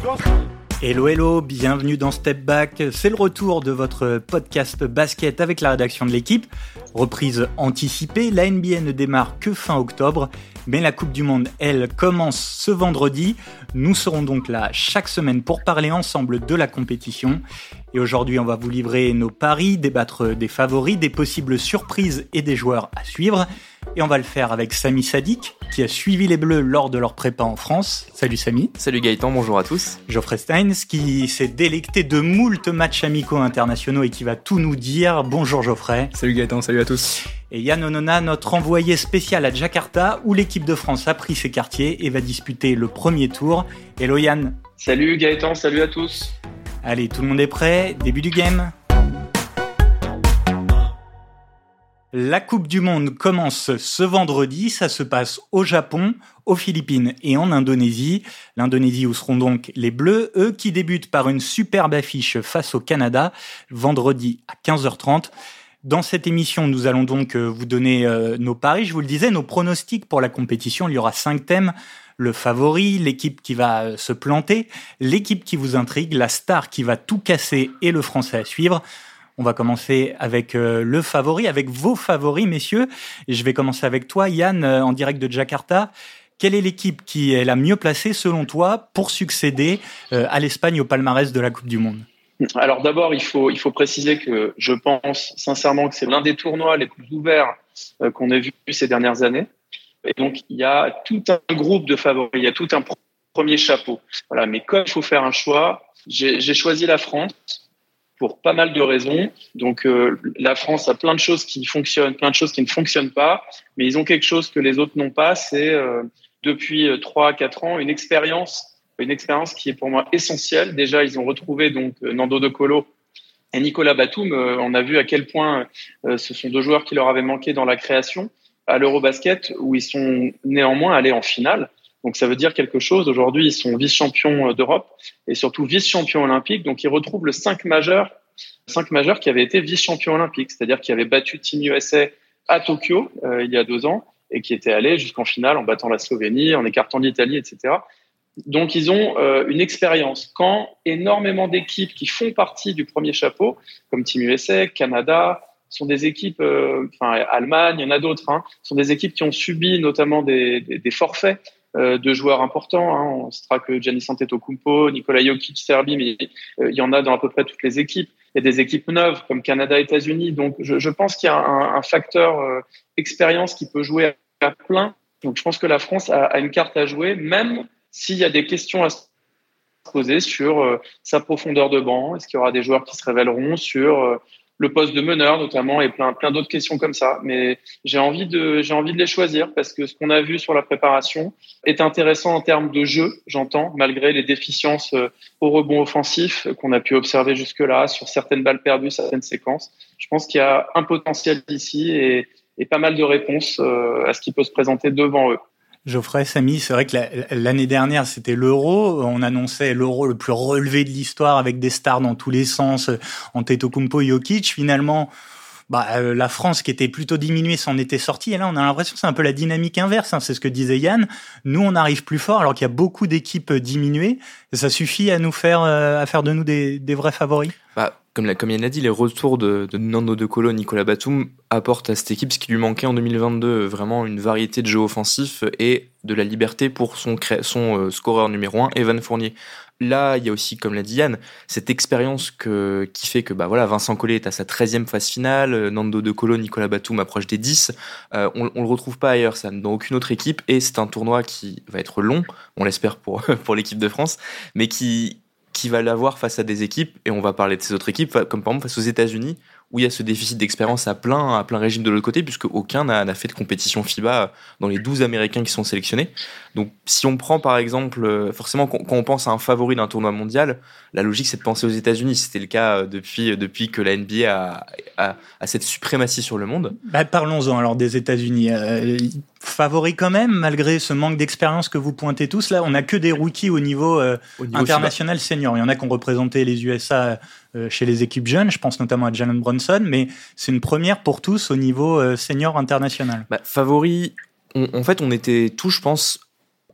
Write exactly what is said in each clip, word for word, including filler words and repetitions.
Hello hello, bienvenue dans Step Back, c'est le retour de votre podcast basket avec la rédaction de l'équipe. Reprise anticipée, la N B A ne démarre que fin octobre, mais la Coupe du Monde, elle, commence ce vendredi. Nous serons donc là chaque semaine pour parler ensemble de la compétition. Et aujourd'hui, on va vous livrer nos paris, débattre des favoris, des possibles surprises et des joueurs à suivre. Et on va le faire avec Samy Sadik, qui a suivi les Bleus lors de leur prépa en France. Salut Samy. Salut Gaëtan, bonjour à tous. Geoffrey Steins, qui s'est délecté de moult matchs amicaux internationaux et qui va tout nous dire. Bonjour Geoffrey. Salut Gaëtan, salut à tous. Et Yann Onona, notre envoyé spécial à Jakarta, où l'équipe de France a pris ses quartiers et va disputer le premier tour. Hello Yann. Salut Gaëtan, salut à tous. Allez, tout le monde est prêt, début du game. La Coupe du Monde commence ce vendredi, ça se passe au Japon, aux Philippines et en Indonésie. L'Indonésie où seront donc les Bleus, eux qui débutent par une superbe affiche face au Canada, vendredi à quinze heures trente. Dans cette émission, nous allons donc vous donner nos paris, je vous le disais, nos pronostics pour la compétition. Il y aura cinq thèmes. Le favori, l'équipe qui va se planter, l'équipe qui vous intrigue, la star qui va tout casser et le français à suivre. On va commencer avec euh, le favori, avec vos favoris, messieurs. Et je vais commencer avec toi, Yann, euh, en direct de Jakarta. Quelle est l'équipe qui est la mieux placée, selon toi, pour succéder euh, à l'Espagne au palmarès de la Coupe du Monde ? Alors d'abord, il faut, il faut préciser que je pense sincèrement que c'est l'un des tournois les plus ouverts euh, qu'on ait vu ces dernières années. Et donc, il y a tout un groupe de favoris, il y a tout un premier chapeau. Voilà, mais comme il faut faire un choix, j'ai, j'ai choisi la France. Pour pas mal de raisons. Donc, euh, la France a plein de choses qui fonctionnent, plein de choses qui ne fonctionnent pas, mais ils ont quelque chose que les autres n'ont pas. C'est euh, depuis trois à quatre ans une expérience, une expérience qui est pour moi essentielle. Déjà, ils ont retrouvé donc Nando De Colo et Nicolas Batum. Euh, on a vu à quel point euh, ce sont deux joueurs qui leur avaient manqué dans la création à l'Eurobasket, où ils sont néanmoins allés en finale. Donc, ça veut dire quelque chose. Aujourd'hui, ils sont vice-champions d'Europe et surtout vice-champions olympiques. Donc, ils retrouvent le cinq majeur, cinq majeur qui avait été vice-champion olympique, c'est-à-dire qui avait battu Team U S A à Tokyo euh, il y a deux ans et qui était allé jusqu'en finale en battant la Slovénie, en écartant l'Italie, et cetera. Donc, ils ont euh, une expérience. Quand énormément d'équipes qui font partie du premier chapeau, comme Team U S A, Canada, sont des équipes, euh, enfin Allemagne, il y en a d'autres, hein, sont des équipes qui ont subi notamment des, des, des forfaits de joueurs importants. Hein. On sera que Giannis Antetokounmpo, Nikola Jokic, Serbie, mais euh, il y en a dans à peu près toutes les équipes. Il y a des équipes neuves comme Canada, États-Unis. Donc, je, je pense qu'il y a un, un facteur euh, expérience qui peut jouer à plein. Donc, je pense que la France a, a une carte à jouer, même s'il y a des questions à se poser sur euh, sa profondeur de banc. Est-ce qu'il y aura des joueurs qui se révéleront sur euh, le poste de meneur notamment et plein plein d'autres questions comme ça, mais j'ai envie de j'ai envie de les choisir parce que ce qu'on a vu sur la préparation est intéressant en termes de jeu, j'entends, malgré les déficiences au rebond offensif qu'on a pu observer jusque-là sur certaines balles perdues, certaines séquences. Je pense qu'il y a un potentiel ici et, et pas mal de réponses à ce qui peut se présenter devant eux. Geoffrey, Samy, c'est vrai que la, l'année dernière, c'était l'Euro. On annonçait l'Euro le plus relevé de l'histoire avec des stars dans tous les sens, Antetokounmpo, Jokic. Finalement, bah, euh, la France, qui était plutôt diminuée, s'en était sortie. Et là, on a l'impression que c'est un peu la dynamique inverse. Hein. C'est ce que disait Yann. Nous, on arrive plus fort alors qu'il y a beaucoup d'équipes diminuées. Et ça suffit à nous faire, euh, à faire de nous des, des vrais favoris. Bah, comme, la, comme Yann l'a dit, les retours de, de Nando De Colo, Nicolas Batum apportent à cette équipe ce qui lui manquait en deux mille vingt-deux, vraiment une variété de jeux offensifs et de la liberté pour son, cré- son euh, scoreur numéro un, Evan Fournier. Là, il y a aussi, comme l'a dit Yann, cette expérience que, qui fait que bah voilà, Vincent Collet est à sa treizième phase finale, Nando De Colo, Nicolas Batum approche des dix. Euh, on ne le retrouve pas ailleurs, ça, dans aucune autre équipe. Et c'est un tournoi qui va être long, on l'espère pour, pour l'équipe de France, mais qui, qui va l'avoir face à des équipes, et on va parler de ces autres équipes, comme par exemple face aux États-Unis, où il y a ce déficit d'expérience à plein, à plein régime de l'autre côté, puisque aucun n'a, n'a fait de compétition FIBA dans les douze Américains qui sont sélectionnés. Donc, si on prend par exemple, forcément, quand on pense à un favori d'un tournoi mondial, la logique c'est de penser aux États-Unis. C'était le cas depuis, depuis que la N B A a, a, a cette suprématie sur le monde. Bah, parlons-en alors des États-Unis. Euh, favori quand même, malgré ce manque d'expérience que vous pointez tous. Là, on n'a que des rookies au niveau, euh, au niveau international FIBA. Senior. Il y en a qui ont représenté les U S A euh, chez les équipes jeunes. Je pense notamment à Jalen Brunson, mais c'est une première pour tous au niveau euh, senior international. Bah, favori, on, en fait, on était tous, je pense,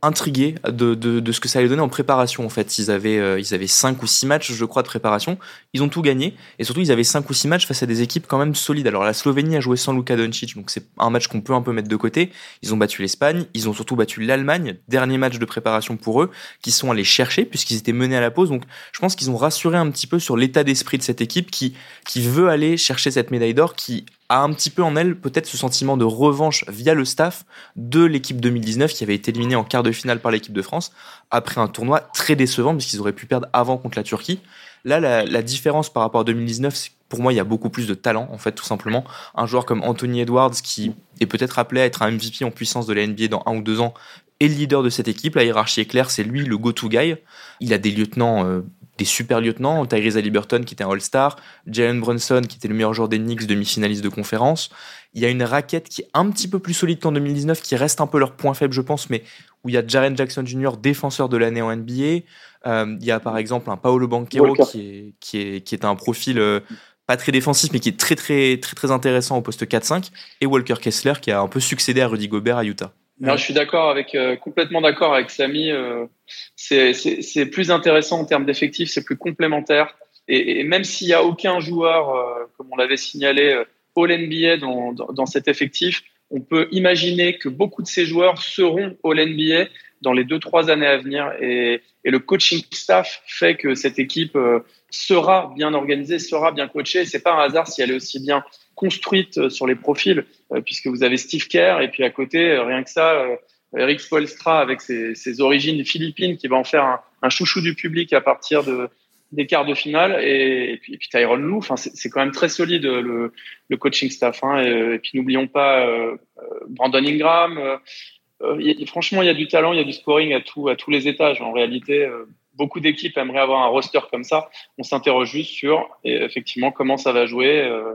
intrigué de, de, de ce que ça allait donner en préparation. En fait, ils avaient, euh, ils avaient cinq ou six matchs, je crois, de préparation. Ils ont tout gagné. Et surtout, ils avaient cinq ou six matchs face à des équipes quand même solides. Alors, la Slovénie a joué sans Luka Doncic, donc c'est un match qu'on peut un peu mettre de côté. Ils ont battu l'Espagne. Ils ont surtout battu l'Allemagne. Dernier match de préparation pour eux, qu'ils sont allés chercher puisqu'ils étaient menés à la pause. Donc, je pense qu'ils ont rassuré un petit peu sur l'état d'esprit de cette équipe qui, qui veut aller chercher cette médaille d'or, qui a un petit peu en elle peut-être ce sentiment de revanche via le staff de l'équipe deux mille dix-neuf qui avait été éliminée en quart de finale par l'équipe de France après un tournoi très décevant puisqu'ils auraient pu perdre avant contre la Turquie. Là, la, la différence par rapport à deux mille dix-neuf, c'est que pour moi, il y a beaucoup plus de talent, en fait, tout simplement. Un joueur comme Anthony Edwards, qui est peut-être appelé à être un M V P en puissance de la N B A dans un ou deux ans, est le leader de cette équipe. La hiérarchie est claire, c'est lui le go-to guy. Il a des lieutenants... Euh, des super lieutenants, Tyrese Haliburton qui était un All-Star, Jalen Brunson qui était le meilleur joueur des Knicks, demi-finaliste de conférence. Il y a une raquette qui est un petit peu plus solide qu'en deux mille dix-neuf, qui reste un peu leur point faible, je pense, mais où il y a Jaren Jackson Junior, défenseur de l'année en N B A. Euh, il y a par exemple un Paolo Banchero qui est, qui, est, qui est un profil euh, pas très défensif, mais qui est très très très très intéressant au poste quatre cinq, et Walker Kessler qui a un peu succédé à Rudy Gobert à Utah. Non, je suis d'accord avec euh, complètement d'accord avec Samy. Euh, c'est, c'est, c'est plus intéressant en termes d'effectifs, c'est plus complémentaire. Et, et même s'il y a aucun joueur, euh, comme on l'avait signalé, euh, All N B A dans, dans, dans cet effectif, on peut imaginer que beaucoup de ces joueurs seront All N B A dans les deux trois années à venir. Et, et le coaching staff fait que cette équipe euh, sera bien organisée, sera bien coachée. C'est pas un hasard si elle est aussi bien construite sur les profils, euh, puisque vous avez Steve Kerr et puis à côté, euh, rien que ça, euh, Eric Spoelstra avec ses, ses origines philippines qui va en faire un, un chouchou du public à partir de, des quarts de finale, et, et puis, et puis Tyronn Lue, enfin c'est, c'est quand même très solide le, le coaching staff, hein, et, et puis n'oublions pas euh, Brandon Ingram. Euh, euh, y a, franchement, il y a du talent, il y a du scoring à tout, à tous les étages. En réalité, euh, beaucoup d'équipes aimeraient avoir un roster comme ça. On s'interroge juste sur, et effectivement, comment ça va jouer. Euh,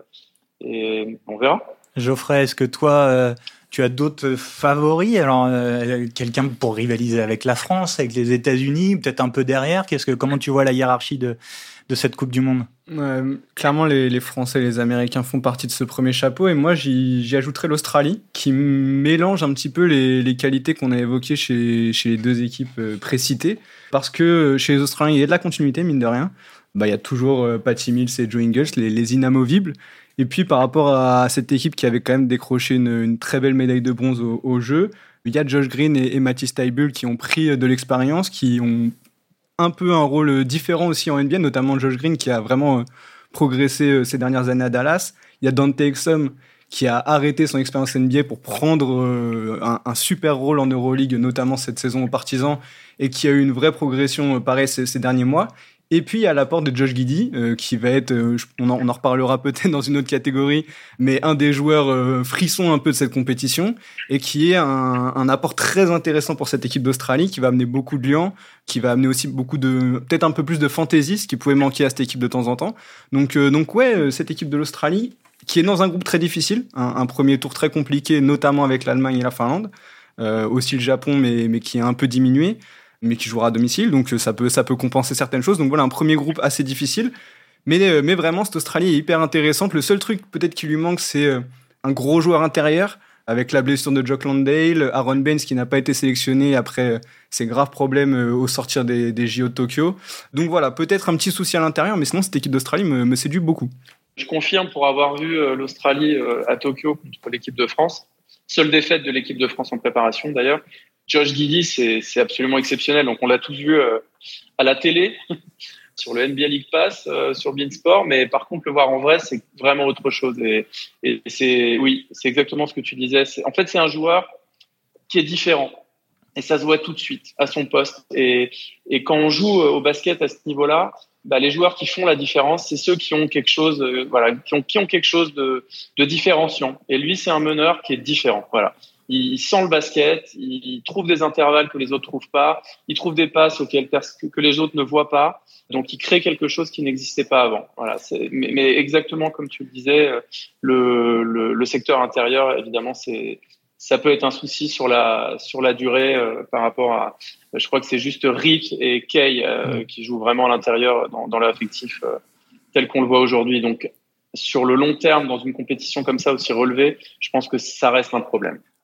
Et on verra. Geoffrey, est-ce que toi, euh, tu as d'autres favoris? Alors, euh, quelqu'un pour rivaliser avec la France, avec les États-Unis, peut-être un peu derrière. Qu'est-ce que, comment tu vois la hiérarchie de, de cette Coupe du Monde? Euh, clairement, les, les Français et les Américains font partie de ce premier chapeau. Et moi, j'y, j'y ajouterais l'Australie, qui mélange un petit peu les, les qualités qu'on a évoquées chez, chez les deux équipes précitées. Parce que chez les Australiens, il y a de la continuité, mine de rien. Bah, il y a toujours euh, Patty Mills et Joe Ingles, les, les inamovibles. Et puis, par rapport à cette équipe qui avait quand même décroché une, une très belle médaille de bronze au, au jeu, il y a Josh Green et, et Matisse Thybulle qui ont pris de l'expérience, qui ont un peu un rôle différent aussi en N B A, notamment Josh Green qui a vraiment progressé ces dernières années à Dallas. Il y a Dante Exum qui a arrêté son expérience N B A pour prendre un, un super rôle en Euroleague, notamment cette saison aux Partisans, et qui a eu une vraie progression pareil ces, ces derniers mois. Et puis, il y a l'apport de Josh Giddey, euh, qui va être, euh, on, en, on en reparlera peut-être dans une autre catégorie, mais un des joueurs euh, frissons un peu de cette compétition, et qui est un, un apport très intéressant pour cette équipe d'Australie, qui va amener beaucoup de liens, qui va amener aussi beaucoup de, peut-être un peu plus de fantaisie, ce qui pouvait manquer à cette équipe de temps en temps. Donc, euh, donc ouais, cette équipe de l'Australie, qui est dans un groupe très difficile, un, un premier tour très compliqué, notamment avec l'Allemagne et la Finlande, euh, aussi le Japon, mais, mais qui est un peu diminué, mais qui jouera à domicile, donc ça peut, ça peut compenser certaines choses. Donc voilà, un premier groupe assez difficile, mais, mais vraiment, cette Australie est hyper intéressante. Le seul truc peut-être qui lui manque, c'est un gros joueur intérieur, avec la blessure de Jock Landale, Aaron Baines qui n'a pas été sélectionné après ses graves problèmes au sortir des, des J O de Tokyo. Donc voilà, peut-être un petit souci à l'intérieur, mais sinon cette équipe d'Australie me, me séduit beaucoup. Je confirme pour avoir vu l'Australie à Tokyo contre l'équipe de France, seule défaite de l'équipe de France en préparation d'ailleurs. Josh Giddey, c'est, c'est absolument exceptionnel. Donc, on l'a tous vu euh, à la télé, sur le N B A League Pass, euh, sur Beansport. Mais par contre, le voir en vrai, c'est vraiment autre chose. Et, et c'est, oui, c'est exactement ce que tu disais. C'est, en fait, c'est un joueur qui est différent. Et ça se voit tout de suite à son poste. Et, et quand on joue au basket à ce niveau-là, bah, les joueurs qui font la différence, c'est ceux qui ont quelque chose, euh, voilà, qui ont, qui ont quelque chose de, de différenciant. Et lui, c'est un meneur qui est différent. Voilà. Il sent le basket, il trouve des intervalles que les autres trouvent pas, il trouve des passes auxquelles que les autres ne voient pas. Donc, il crée quelque chose qui n'existait pas avant. Voilà. C'est, mais, mais exactement comme tu le disais, le, le, le secteur intérieur, évidemment, c'est, ça peut être un souci sur la sur la durée euh, par rapport à. Je crois que c'est juste Rick et Kay euh, qui jouent vraiment à l'intérieur dans, dans l'affectif euh, tel qu'on le voit aujourd'hui. Donc, sur le long terme, dans une compétition comme ça aussi relevée, je pense que ça reste un problème.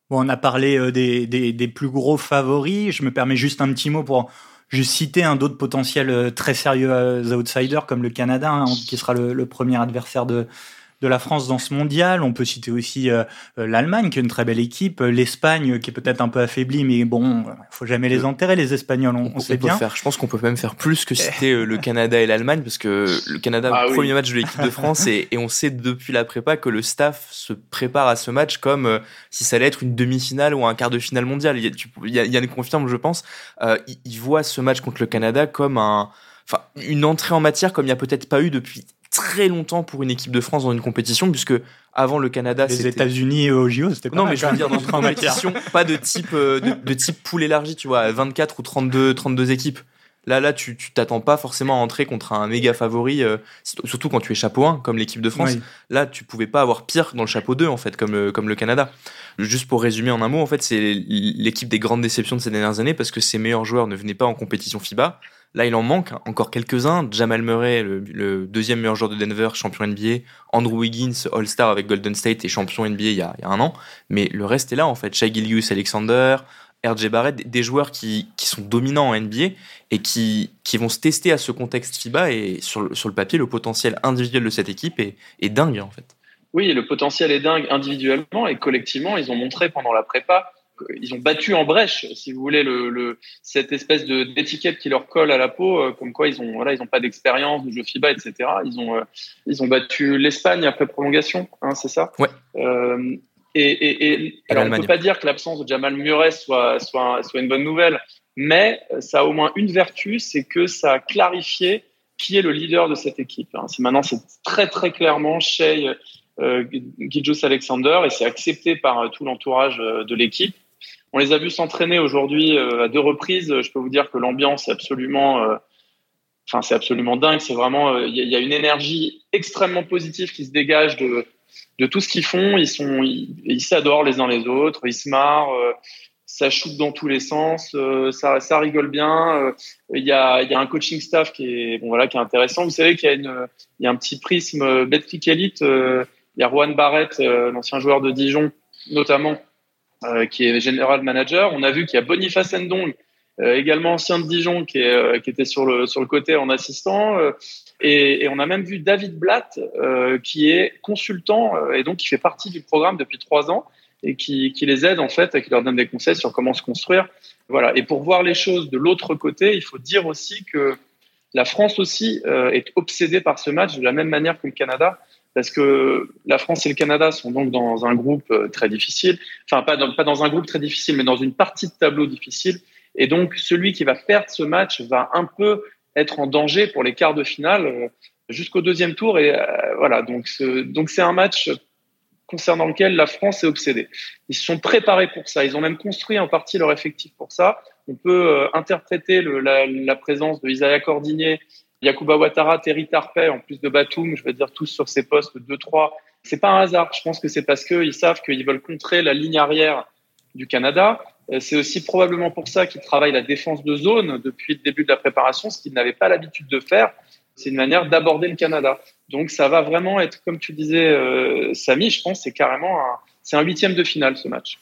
Bon, on a parlé euh, des, des, des plus gros favoris. Je me permets juste un petit mot pour juste citer un d'autres potentiels euh, très sérieux euh, outsiders comme le Canada, hein, qui sera le, le premier adversaire de de la France dans ce mondial. On peut citer aussi euh, l'Allemagne, qui est une très belle équipe, l'Espagne, qui est peut-être un peu affaiblie, mais bon, il faut jamais les enterrer, les Espagnols, on, on, on sait bien. Faire, je pense qu'on peut même faire plus que citer euh, le Canada et l'Allemagne, parce que le Canada, ah, premier oui. match de l'équipe de France, et, et on sait depuis la prépa que le staff se prépare à ce match comme euh, si ça allait être une demi-finale ou un quart de finale mondial. Il y a, il y a une confirme, je pense. Euh, il, il voit ce match contre le Canada comme un, enfin, une entrée en matière comme il n'y a peut-être pas eu depuis très longtemps pour une équipe de France dans une compétition, puisque avant le Canada, les c'était... États-Unis au J O, c'était pas non, mal, mais je veux dire dans une compétition, pas de type euh, de, de type poule élargie, tu vois, vingt-quatre ou trente-deux, trente-deux équipes. Là, là, tu, tu t'attends pas forcément à entrer contre un méga favori, euh, surtout quand tu es chapeau un, comme l'équipe de France. Oui. Là, tu pouvais pas avoir pire dans le chapeau deux, en fait, comme le, comme le Canada. Juste pour résumer en un mot, en fait, c'est l'équipe des grandes déceptions de ces dernières années parce que ses meilleurs joueurs ne venaient pas en compétition FIBA. Là, il en manque encore quelques-uns. Jamal Murray, le, le deuxième meilleur joueur de Denver, champion N B A. Andrew Wiggins, All-Star avec Golden State et champion N B A il y a, il y a un an. Mais le reste est là, en fait. Shai Gilgeous-Alexander, R J Barrett, des joueurs qui, qui sont dominants en N B A et qui, qui vont se tester à ce contexte FIBA. Et sur le, sur le papier, le potentiel individuel de cette équipe est, est dingue, en fait. Oui, le potentiel est dingue individuellement et collectivement. Ils ont montré pendant la prépa, ils ont battu en brèche, si vous voulez, le, le, cette espèce de, d'étiquette qui leur colle à la peau, euh, comme quoi ils ont, voilà, ils ont pas d'expérience de jeu FIBA, et cetera. Ils ont, euh, ils ont battu l'Espagne après prolongation, hein, c'est ça. Ouais. Euh, et, et, et, et alors on ne peut pas dire que l'absence de Jamal Murray soit, soit, soit une bonne nouvelle, mais ça a au moins une vertu, c'est que ça a clarifié qui est le leader de cette équipe. Hein. C'est maintenant, c'est très très clairement Shai euh, Gilgeous-Alexander et c'est accepté par euh, tout l'entourage euh, de l'équipe. On les a vus s'entraîner aujourd'hui euh, à deux reprises. Je peux vous dire que l'ambiance est absolument, euh, enfin c'est absolument dingue. C'est vraiment, il euh, y, y a une énergie extrêmement positive qui se dégage de de tout ce qu'ils font. Ils sont, ils, ils s'adorent les uns les autres. Ils se marrent. Euh, ça shoot dans tous les sens. Euh, ça, ça rigole bien. Il euh, y a, il y a un coaching staff qui est, bon voilà, qui est intéressant. Vous savez qu'il y a une, il y a un petit prisme Betclic Elite. Euh, il y a Juan Barrett, euh, l'ancien joueur de Dijon, notamment. Euh, qui est general manager. On a vu qu'il y a Boniface Ndong, euh, également ancien de Dijon, qui, est, euh, qui était sur le, sur le côté en assistant. Euh, et, et on a même vu David Blatt, euh, qui est consultant euh, et donc qui fait partie du programme depuis trois ans et qui, qui les aide en fait, et qui leur donne des conseils sur comment se construire. Voilà. Et pour voir les choses de l'autre côté, il faut dire aussi que la France aussi euh, est obsédée par ce match de la même manière que le Canada. Parce que la France et le Canada sont donc dans un groupe très difficile. Enfin, pas dans, pas dans un groupe très difficile, mais dans une partie de tableau difficile. Et donc, celui qui va perdre ce match va un peu être en danger pour les quarts de finale jusqu'au deuxième tour. Et euh, voilà, donc, ce, donc c'est un match concernant lequel la France est obsédée. Ils se sont préparés pour ça. Ils ont même construit en partie leur effectif pour ça. On peut euh, interpréter le, la, la présence de Isaiah Cordigné, Yacouba Ouattara, Terry Tarpey, en plus de Batum, je veux dire tous sur ces postes deux trois. C'est pas un hasard. Je pense que c'est parce qu'ils savent qu'ils veulent contrer la ligne arrière du Canada. C'est aussi probablement pour ça qu'ils travaillent la défense de zone depuis le début de la préparation, ce qu'ils n'avaient pas l'habitude de faire. C'est une manière d'aborder le Canada. Donc ça va vraiment être, comme tu disais, euh, Samy, je pense, c'est carrément un, c'est un huitième de finale ce match.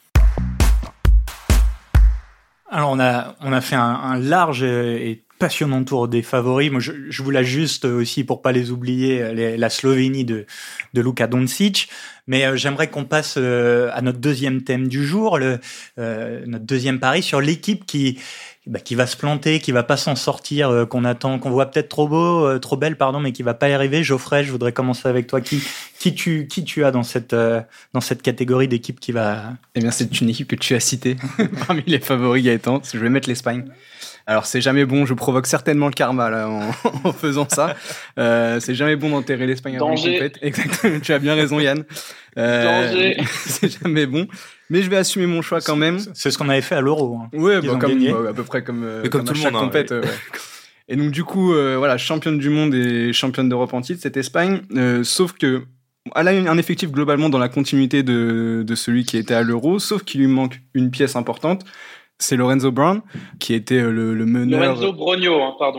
Alors on a on a fait un, un large et passionnant tour des favoris. Moi, je, je vous l'ajuste aussi pour pas les oublier, les, la Slovénie de, de Luka Doncic. Mais euh, j'aimerais qu'on passe euh, à notre deuxième thème du jour, le, euh, notre deuxième pari sur l'équipe qui, bah, qui va se planter, qui va pas s'en sortir, euh, qu'on attend, qu'on voit peut-être trop beau, euh, trop belle, pardon, mais qui va pas y arriver. Geoffrey, je voudrais commencer avec toi. Qui, qui tu, qui tu as dans cette, euh, dans cette catégorie d'équipe qui va... Eh bien, c'est une équipe que tu as citée parmi les favoris, Gaëtan. Je vais mettre l'Espagne. Alors c'est jamais bon, je provoque certainement le karma là en, en faisant ça. Euh, c'est jamais bon d'enterrer l'Espagne avant une compète. Exactement, tu as bien raison Yann. Euh, Danger. C'est jamais bon, mais je vais assumer mon choix quand même. C'est ce qu'on avait fait à l'Euro. Hein. Ouais, bah, comme bah, à peu près comme euh, comme, comme tout le monde. Compète, hein, ouais. euh, ouais. Et donc du coup, euh, voilà, championne du monde et championne d'Europe en titre, cette Espagne. Euh, sauf que elle a un effectif globalement dans la continuité de de celui qui était à l'Euro, sauf qu'il lui manque une pièce importante. C'est Lorenzo Brown, qui était le, le meneur... Lorenzo Brogno, hein, pardon.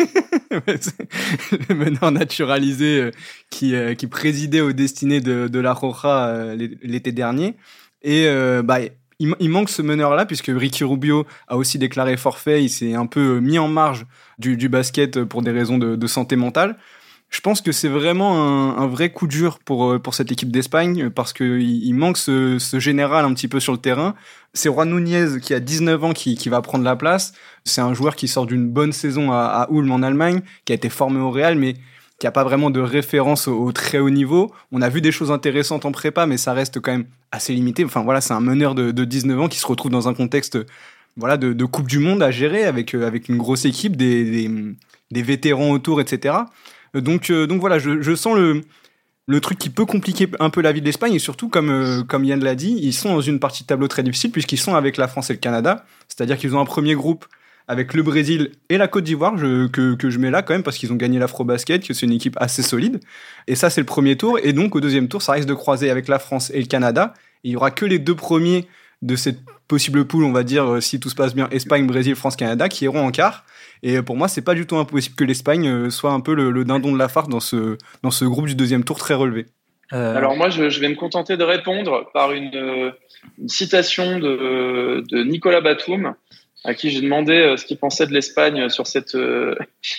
Le meneur naturalisé euh, qui, euh, qui présidait aux destinées de, de la Roja euh, l'été dernier. Et euh, bah, il, il manque ce meneur-là, puisque Ricky Rubio a aussi déclaré forfait, il s'est un peu mis en marge du, du basket pour des raisons de, de santé mentale. Je pense que c'est vraiment un, un vrai coup dur pour, pour cette équipe d'Espagne, parce qu'il il manque ce, ce général un petit peu sur le terrain. C'est Juan Núñez qui a dix-neuf ans qui, qui va prendre la place. C'est un joueur qui sort d'une bonne saison à, à Ulm en Allemagne, qui a été formé au Real, mais qui n'a pas vraiment de référence au, au très haut niveau. On a vu des choses intéressantes en prépa, mais ça reste quand même assez limité. Enfin voilà, c'est un meneur de, de dix-neuf ans qui se retrouve dans un contexte voilà, de, de Coupe du Monde à gérer avec, avec une grosse équipe, des, des, des vétérans autour, et cetera. Donc, euh, donc voilà, je, je sens le, le truc qui peut compliquer un peu la vie de l'Espagne, et surtout, comme, euh, comme Yann l'a dit, ils sont dans une partie de tableau très difficile puisqu'ils sont avec la France et le Canada, c'est-à-dire qu'ils ont un premier groupe avec le Brésil et la Côte d'Ivoire, je, que, que je mets là quand même parce qu'ils ont gagné l'Afrobasket, que c'est une équipe assez solide. Et ça, c'est le premier tour. Et donc, au deuxième tour, ça risque de croiser avec la France et le Canada. Et il y aura que les deux premiers de cette possible poule, on va dire, si tout se passe bien, Espagne, Brésil, France, Canada, qui iront en quart. Et pour moi, c'est pas du tout impossible que l'Espagne soit un peu le, le dindon de la farce dans ce, dans ce groupe du deuxième tour très relevé. Euh... Alors moi, je, je vais me contenter de répondre par une, une citation de, de Nicolas Batum, à qui j'ai demandé ce qu'il pensait de l'Espagne sur cette, euh,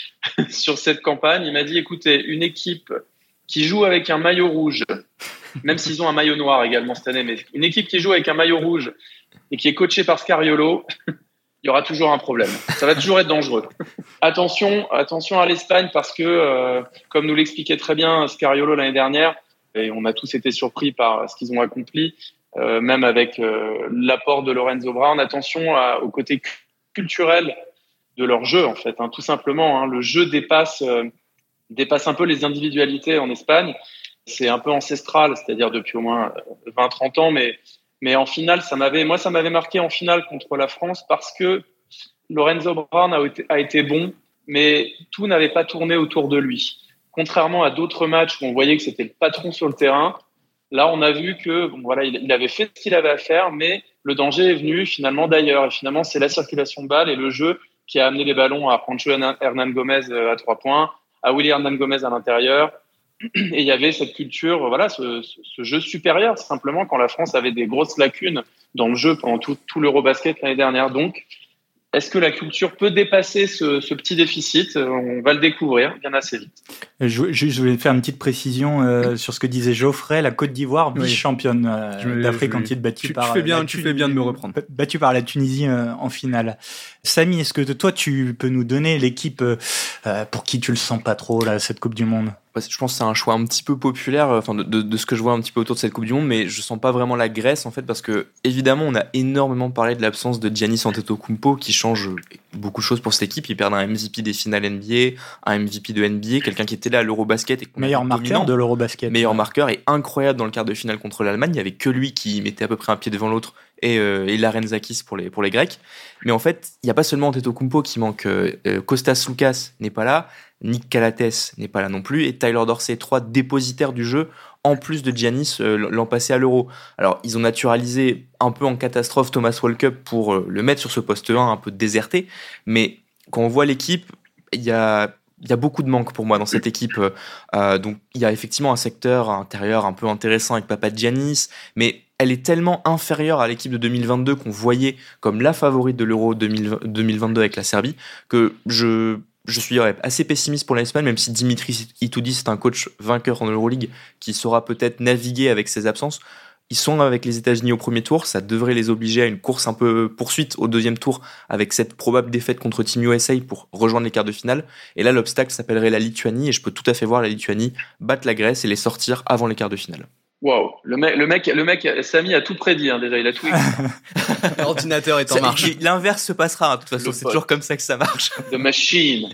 sur cette campagne. Il m'a dit, écoutez, une équipe qui joue avec un maillot rouge, même s'ils ont un maillot noir également cette année, mais une équipe qui joue avec un maillot rouge et qui est coachée par Scariolo, il y aura toujours un problème. Ça va toujours être dangereux. Attention, attention à l'Espagne parce que, euh, comme nous l'expliquait très bien Scariolo l'année dernière, et on a tous été surpris par ce qu'ils ont accompli, Euh, même avec euh, l'apport de Lorenzo Brown, attention à, au côté culturel de leur jeu en fait, hein, tout simplement. Hein, le jeu dépasse euh, dépasse un peu les individualités en Espagne. C'est un peu ancestral, c'est-à-dire depuis au moins vingt trente ans, mais mais en finale, ça m'avait moi ça m'avait marqué en finale contre la France parce que Lorenzo Brown a été, a été bon, mais tout n'avait pas tourné autour de lui. Contrairement à d'autres matchs où on voyait que c'était le patron sur le terrain. Là, on a vu que bon, voilà, il, il avait fait ce qu'il avait à faire, mais le danger est venu finalement d'ailleurs. Et finalement, c'est la circulation de balles et le jeu qui a amené les ballons à Juancho Hernan Gomez à trois points, à Willy Hernan Gomez à l'intérieur. Et il y avait cette culture, voilà, ce, ce, ce jeu supérieur, simplement quand la France avait des grosses lacunes dans le jeu pendant tout, tout l'Eurobasket l'année dernière. Donc, est-ce que la culture peut dépasser ce, ce petit déficit ? On va le découvrir bien assez vite. Je, je voulais faire une petite précision euh, sur ce que disait Geoffrey. La Côte d'Ivoire, vice-championne euh, d'Afrique en titre, battue tu, par. Tu fais bien, la tu fais bien de me reprendre. Battue par la Tunisie euh, en finale. Samy, est-ce que toi, tu peux nous donner l'équipe euh, pour qui tu le sens pas trop là, cette Coupe du Monde ? Je pense que c'est un choix un petit peu populaire, enfin de, de, de ce que je vois un petit peu autour de cette Coupe du Monde, mais je sens pas vraiment la Grèce en fait parce que évidemment on a énormément parlé de l'absence de Giannis Antetokounmpo qui change beaucoup de choses pour cette équipe. Ils perdent un M V P des finales N B A, un M V P de N B A, quelqu'un qui était là à l'Eurobasket et meilleur marqueur dominant, de l'Eurobasket, meilleur ouais. marqueur et incroyable dans le quart de finale contre l'Allemagne. Il y avait que lui qui mettait à peu près un pied devant l'autre et, euh, et Larenzakis pour les pour les Grecs. Mais en fait il y a pas seulement Antetokounmpo qui manque, euh, Kostas Loukas n'est pas là. Nick Calates n'est pas là non plus, et Tyler Dorsey, trois dépositaires du jeu, en plus de Giannis euh, l'an passé à l'Euro. Alors, ils ont naturalisé un peu en catastrophe Thomas Walkup pour euh, le mettre sur ce poste un, un peu déserté, mais quand on voit l'équipe, il y a, y a beaucoup de manques pour moi dans cette équipe. Euh, donc, il y a effectivement un secteur intérieur un peu intéressant avec Papa Giannis, mais elle est tellement inférieure à l'équipe de deux mille vingt-deux qu'on voyait comme la favorite de l'Euro deux mille vingt-deux avec la Serbie, que je... Je suis ouais, assez pessimiste pour l'Espagne, même si Dimitri Itoudis c'est un coach vainqueur en Euroleague qui saura peut-être naviguer avec ses absences. Ils sont avec les États-Unis au premier tour, ça devrait les obliger à une course un peu poursuite au deuxième tour avec cette probable défaite contre Team U S A pour rejoindre les quarts de finale. Et là, l'obstacle s'appellerait la Lituanie et je peux tout à fait voir la Lituanie battre la Grèce et les sortir avant les quarts de finale. Waouh, le mec, le mec, le mec, Samy a tout prédit hein, déjà, il a tout écrit. L'ordinateur est en marche. L'inverse se passera, hein, de toute façon, c'est toujours comme ça que ça marche. The machine.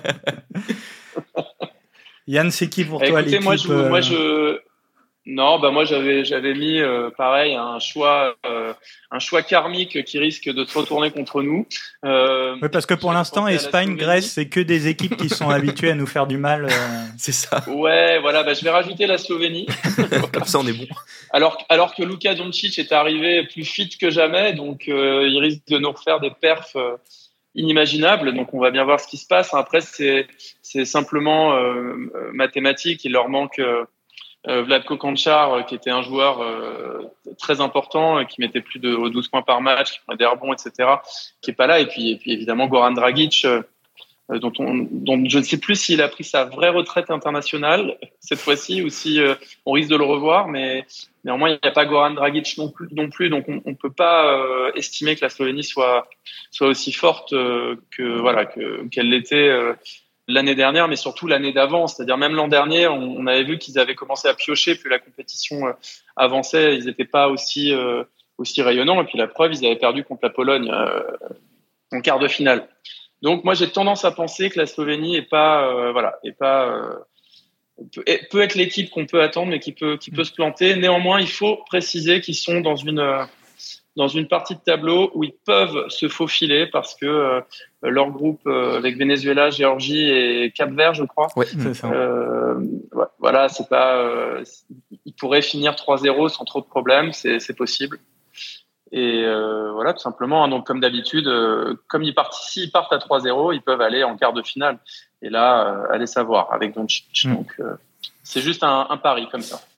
Yann, c'est qui pour eh, toi écoutez, l'équipe moi, je, euh... moi, je, non, bah moi j'avais, j'avais mis euh, pareil un choix, euh, un choix karmique qui risque de se retourner contre nous. Euh, oui, parce que pour l'instant, Espagne, Grèce, c'est que des équipes qui sont habituées à nous faire du mal. Euh... C'est ça. Ouais, voilà, bah je vais rajouter la Slovénie. Comme ça, on est bon. Alors, alors que Luka Doncic est arrivé plus fit que jamais, donc euh, il risque de nous refaire des perfs euh, inimaginables. Donc, on va bien voir ce qui se passe. Après, c'est, c'est simplement euh, mathématique. Il leur manque. Euh, euh, Vlatko Kančar, euh, qui était un joueur euh, très important, euh, qui mettait plus de douze points par match, qui prenait des rebonds, et cetera, qui est pas là. Et puis, et puis évidemment, Goran Dragic, euh, dont, on, dont je ne sais plus s'il a pris sa vraie retraite internationale cette fois-ci ou si euh, on risque de le revoir. Mais néanmoins, il n'y a pas Goran Dragic non plus, non plus donc on ne peut pas euh, estimer que la Slovénie soit, soit aussi forte euh, que, voilà, que, qu'elle l'était euh, l'année dernière, mais surtout l'année d'avant. C'est-à-dire même l'an dernier, on, on avait vu qu'ils avaient commencé à piocher, puis la compétition euh, avançait, ils n'étaient pas aussi, euh, aussi rayonnants. Et puis la preuve, ils avaient perdu contre la Pologne euh, en quart de finale. Donc moi j'ai tendance à penser que la Slovénie est pas euh, voilà est pas euh, peut, peut être l'équipe qu'on peut attendre, mais qui peut qui peut se planter. Néanmoins, il faut préciser qu'ils sont dans une euh, dans une partie de tableau où ils peuvent se faufiler parce que euh, leur groupe euh, avec Venezuela, Géorgie et Cap-Vert, je crois. Oui, c'est ça. Euh, voilà, c'est pas euh, ils pourraient finir trois zéro sans trop de problèmes, c'est c'est possible. Et euh, voilà, tout simplement. Hein, donc, comme d'habitude, euh, comme ils partent, s'ils partent à trois zéro, ils peuvent aller en quart de finale. Et là, euh, allez savoir avec Doncic. Mmh. Donc, euh, c'est juste un, un pari comme ça.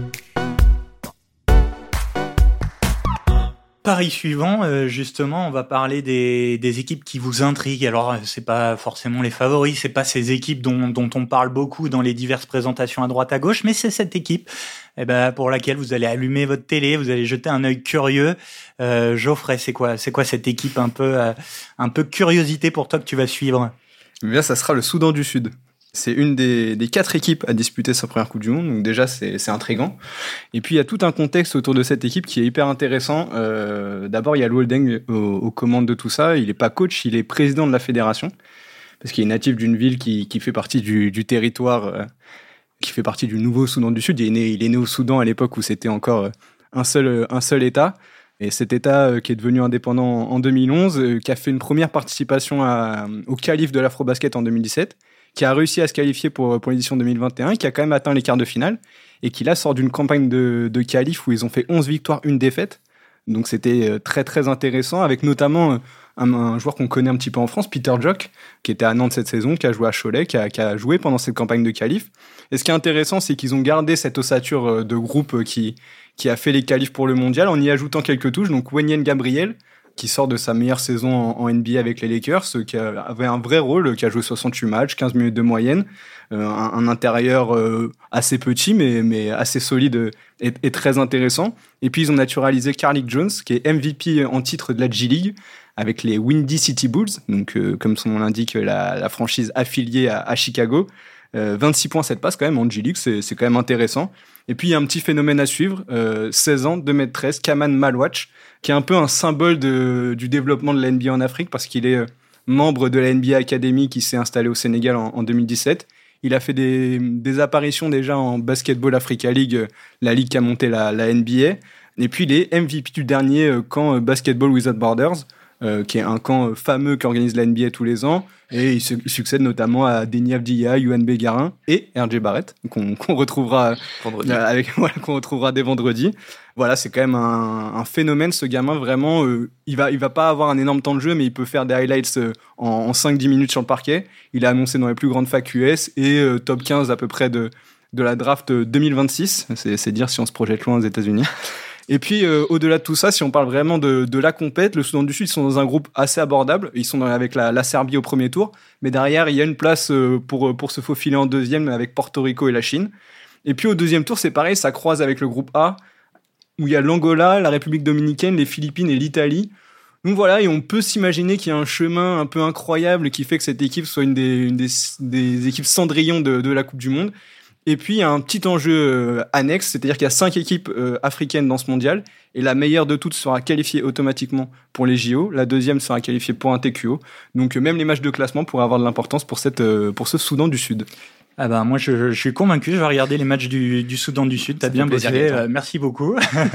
Pari suivant, euh, justement, on va parler des, des équipes qui vous intriguent. Alors, c'est pas forcément les favoris, c'est pas ces équipes dont, dont on parle beaucoup dans les diverses présentations à droite à gauche, mais c'est cette équipe eh ben, pour laquelle vous allez allumer votre télé, vous allez jeter un œil curieux. Euh, Geoffrey, c'est quoi, c'est quoi cette équipe un peu, euh, un peu curiosité pour toi que tu vas suivre? Eh bien, ça sera le Soudan du Sud. C'est une des, des quatre équipes à disputer sa première Coupe du Monde, donc déjà c'est, c'est intriguant. Et puis il y a tout un contexte autour de cette équipe qui est hyper intéressant. Euh, d'abord il y a Luol Deng aux, aux commandes de tout ça. Il n'est pas coach, il est président de la fédération, parce qu'il est natif d'une ville qui, qui fait partie du, du territoire, euh, qui fait partie du nouveau Soudan du Sud. Il est né, il est né au Soudan à l'époque où c'était encore un seul, un seul État. Et cet État euh, qui est devenu indépendant en, en deux mille onze, euh, qui a fait une première participation à, au qualif de l'Afrobasket en deux mille dix-sept, qui a réussi à se qualifier pour, pour l'édition deux mille vingt et un, qui a quand même atteint les quarts de finale, et qui là sort d'une campagne de, de qualif où ils ont fait onze victoires, une défaite. Donc c'était très très intéressant, avec notamment un, un joueur qu'on connaît un petit peu en France, Peter Jok, qui était à Nantes cette saison, qui a joué à Cholet, qui a, qui a joué pendant cette campagne de qualif. Et ce qui est intéressant, c'est qu'ils ont gardé cette ossature de groupe qui, qui a fait les qualifs pour le mondial, en y ajoutant quelques touches. Donc Wenyen Gabriel, qui sort de sa meilleure saison en, en N B A avec les Lakers, qui avait un vrai rôle, qui a joué soixante-huit matchs, quinze minutes de moyenne, euh, un, un intérieur euh, assez petit, mais, mais assez solide et, et très intéressant. Et puis ils ont naturalisé Carlik Jones, qui est M V P en titre de la G-League, avec les Windy City Bulls, donc euh, comme son nom l'indique, la, la franchise affiliée à, à Chicago. Euh, vingt-six points, sept passes quand même en G-League, c'est, c'est quand même intéressant. Et puis il y a un petit phénomène à suivre, euh, seize ans, deux mètres treize, Kaman Malwatch, qui est un peu un symbole de, du développement de la N B A en Afrique, parce qu'il est euh, membre de la N B A Academy qui s'est installée au Sénégal en, en deux mille dix-sept. Il a fait des, des apparitions déjà en Basketball Africa League, euh, la ligue qui a monté la, la N B A. Et puis il est M V P du dernier euh, camp euh, Basketball Without Borders, euh, qui est un camp fameux qu'organise la N B A tous les ans. Et il, su- il succède notamment à Deni Avdija, Yohan Begarin et R J Barrett, qu'on, qu'on retrouvera vendredi. Euh, avec, voilà, qu'on retrouvera dès vendredi. Voilà, c'est quand même un, un phénomène, ce gamin, vraiment. Euh, il va, il va pas avoir un énorme temps de jeu, mais il peut faire des highlights euh, en, en cinq dix minutes sur le parquet. Il est annoncé dans les plus grandes facs U S et euh, top quinze à peu près de, de la draft deux mille vingt-six. C'est, c'est dire si on se projette loin aux États-Unis. Et puis, euh, au-delà de tout ça, si on parle vraiment de, de la compète, le Soudan du Sud, ils sont dans un groupe assez abordable. Ils sont dans, avec la, la Serbie au premier tour. Mais derrière, il y a une place euh, pour, pour se faufiler en deuxième avec Porto Rico et la Chine. Et puis, au deuxième tour, c'est pareil, ça croise avec le groupe A, où il y a l'Angola, la République dominicaine, les Philippines et l'Italie. Donc voilà, et on peut s'imaginer qu'il y a un chemin un peu incroyable qui fait que cette équipe soit une des, une des, des équipes cendrillon de, de la Coupe du Monde. Et puis, il y a un petit enjeu euh, annexe, c'est-à-dire qu'il y a cinq équipes euh, africaines dans ce mondial, et la meilleure de toutes sera qualifiée automatiquement pour les J O, la deuxième sera qualifiée pour un T Q O, donc euh, même les matchs de classement pourraient avoir de l'importance pour, cette, euh, pour ce Soudan du Sud. Ah bah moi je, je suis convaincu, je vais regarder les matchs du, du Soudan du Sud, t'as bien bossé, euh, merci beaucoup.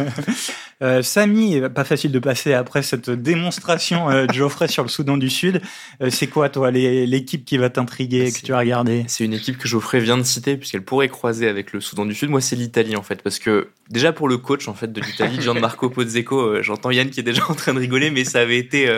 euh, Samy, pas facile de passer après cette démonstration euh, de Geoffrey sur le Soudan du Sud. Euh, c'est quoi toi les, l'équipe qui va t'intriguer, c'est, que tu vas regarder? C'est une équipe que Geoffrey vient de citer puisqu'elle pourrait croiser avec le Soudan du Sud. Moi c'est l'Italie en fait, parce que déjà pour le coach en fait de l'Italie, Gianmarco Pozzecco, euh, j'entends Yann qui est déjà en train de rigoler, mais ça avait été... Euh,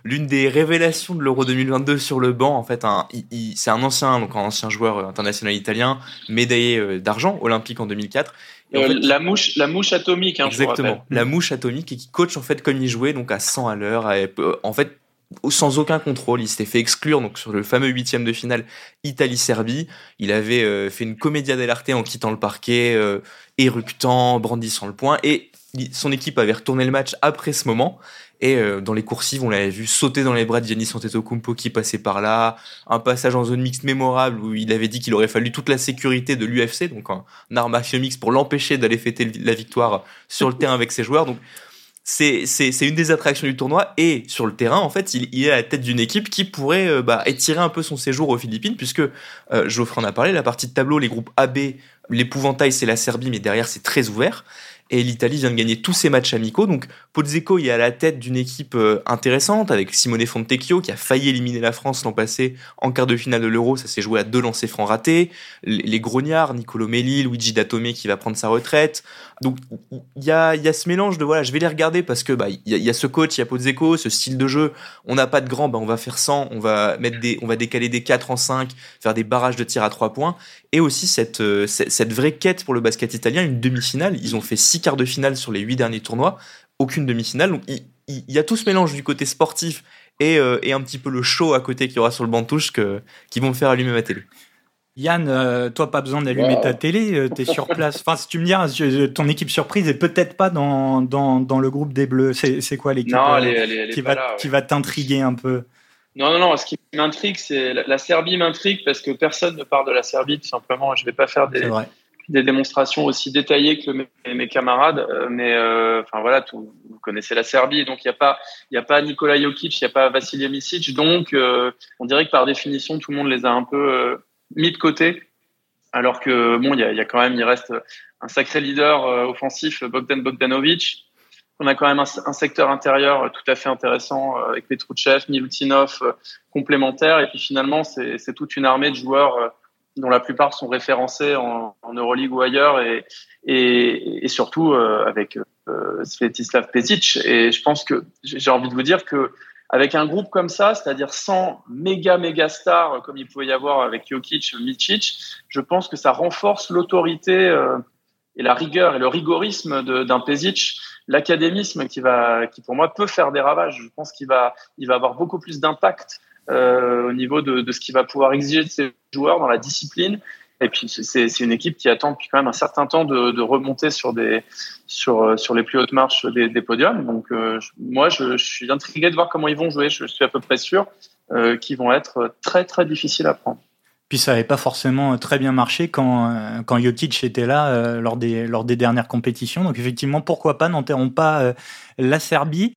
l'une des révélations de l'Euro deux mille vingt-deux sur le banc. En fait, un, il, il, c'est un ancien, donc un ancien joueur international italien, médaillé d'argent olympique en deux mille quatre. Et euh, en fait, la mouche, la mouche atomique, hein, exactement, je vous rappelle. La mouche atomique et qui coach en fait comme il jouait, donc à cent à l'heure. À, en fait, sans aucun contrôle, il s'était fait exclure donc sur le fameux huitième de finale Italie-Serbie. Il avait euh, fait une commedia dell'arte en quittant le parquet, euh, éructant, brandissant le poing, et son équipe avait retourné le match après ce moment. Et euh, dans les coursives, on l'avait vu sauter dans les bras de Giannis Antetokounmpo qui passait par là. Un passage en zone mixte mémorable où il avait dit qu'il aurait fallu toute la sécurité de l'U F C, donc un, un art martial mix pour l'empêcher d'aller fêter la victoire sur le terrain avec ses joueurs. Donc c'est, c'est, c'est une des attractions du tournoi. Et sur le terrain, en fait, il, il est à la tête d'une équipe qui pourrait euh, bah, étirer un peu son séjour aux Philippines, puisque euh, Geoffrey en a parlé, la partie de tableau, les groupes A B, l'épouvantail, c'est la Serbie, mais derrière, c'est très ouvert. Et l'Italie vient de gagner tous ses matchs amicaux. Donc, Pozzecco est à la tête d'une équipe euh, intéressante avec Simone Fontecchio qui a failli éliminer la France l'an passé en quart de finale de l'Euro. Ça s'est joué à deux lancers francs ratés. Les, les grognards, Nicolo Melli, Luigi Datome qui va prendre sa retraite. Donc, il y a, y a ce mélange de voilà, je vais les regarder parce que bah il y, y a ce coach, il y a Pozzecco, ce style de jeu. On n'a pas de grand, bah on va faire cent, on va mettre des, on va décaler des quatre en cinq, faire des barrages de tirs à trois points. Et aussi cette, euh, cette, cette vraie quête pour le basket italien, une demi-finale. Ils ont fait six quarts de finale sur les huit derniers tournois, aucune demi-finale. Donc il, il, il y a tout ce mélange du côté sportif et, euh, et un petit peu le show à côté qu'il y aura sur le banc de touche que, qui vont me faire allumer ma télé. Yann, euh, toi, pas besoin d'allumer wow. ta télé, euh, t'es sur place. Enfin, si tu me dis, ton équipe surprise est peut-être pas dans, dans, dans le groupe des Bleus. C'est, c'est quoi l'équipe non, euh, elle est, elle est, elle est qui, va, là, ouais. qui va t'intriguer un peu? Non, non, non. Ce qui m'intrigue, c'est la, la Serbie m'intrigue parce que personne ne parle de la Serbie, tout simplement. Je vais pas faire des, des démonstrations aussi détaillées que mes, mes camarades, euh, mais euh, enfin voilà, tout, vous connaissez la Serbie, donc il y a pas, il y a pas Nikola Jokic, il y a pas Vasilije Micic, donc euh, on dirait que par définition tout le monde les a un peu euh, mis de côté. Alors que bon, il y a, il y a quand même, il reste un sacré leader euh, offensif, Bogdan Bogdanovic. On a quand même un, un secteur intérieur tout à fait intéressant euh, avec Petrouchev, Milutinov, euh, complémentaires. Et puis finalement, c'est, c'est toute une armée de joueurs euh, dont la plupart sont référencés en, en Euroleague ou ailleurs, et, et, et surtout euh, avec euh, Svetislav Pešić. Et je pense que j'ai envie de vous dire que avec un groupe comme ça, c'est-à-dire sans méga, méga stars comme il pouvait y avoir avec Jokic, Micic, je pense que ça renforce l'autorité euh, et la rigueur et le rigorisme de, d'un Pešić, l'académisme qui va, qui pour moi peut faire des ravages. Je pense qu'il va, il va avoir beaucoup plus d'impact euh, au niveau de, de ce qu'il va pouvoir exiger de ses joueurs dans la discipline. Et puis c'est, c'est une équipe qui attend depuis quand même un certain temps de, de remonter sur des, sur, sur les plus hautes marches des, des podiums. Donc euh, je, moi, je, je suis intrigué de voir comment ils vont jouer. Je suis à peu près sûr euh, qu'ils vont être très très difficiles à prendre. Puis ça n'avait pas forcément très bien marché quand euh, quand Jokic était là euh, lors des lors des dernières compétitions. Donc effectivement, pourquoi pas, n'enterrons pas euh, la Serbie.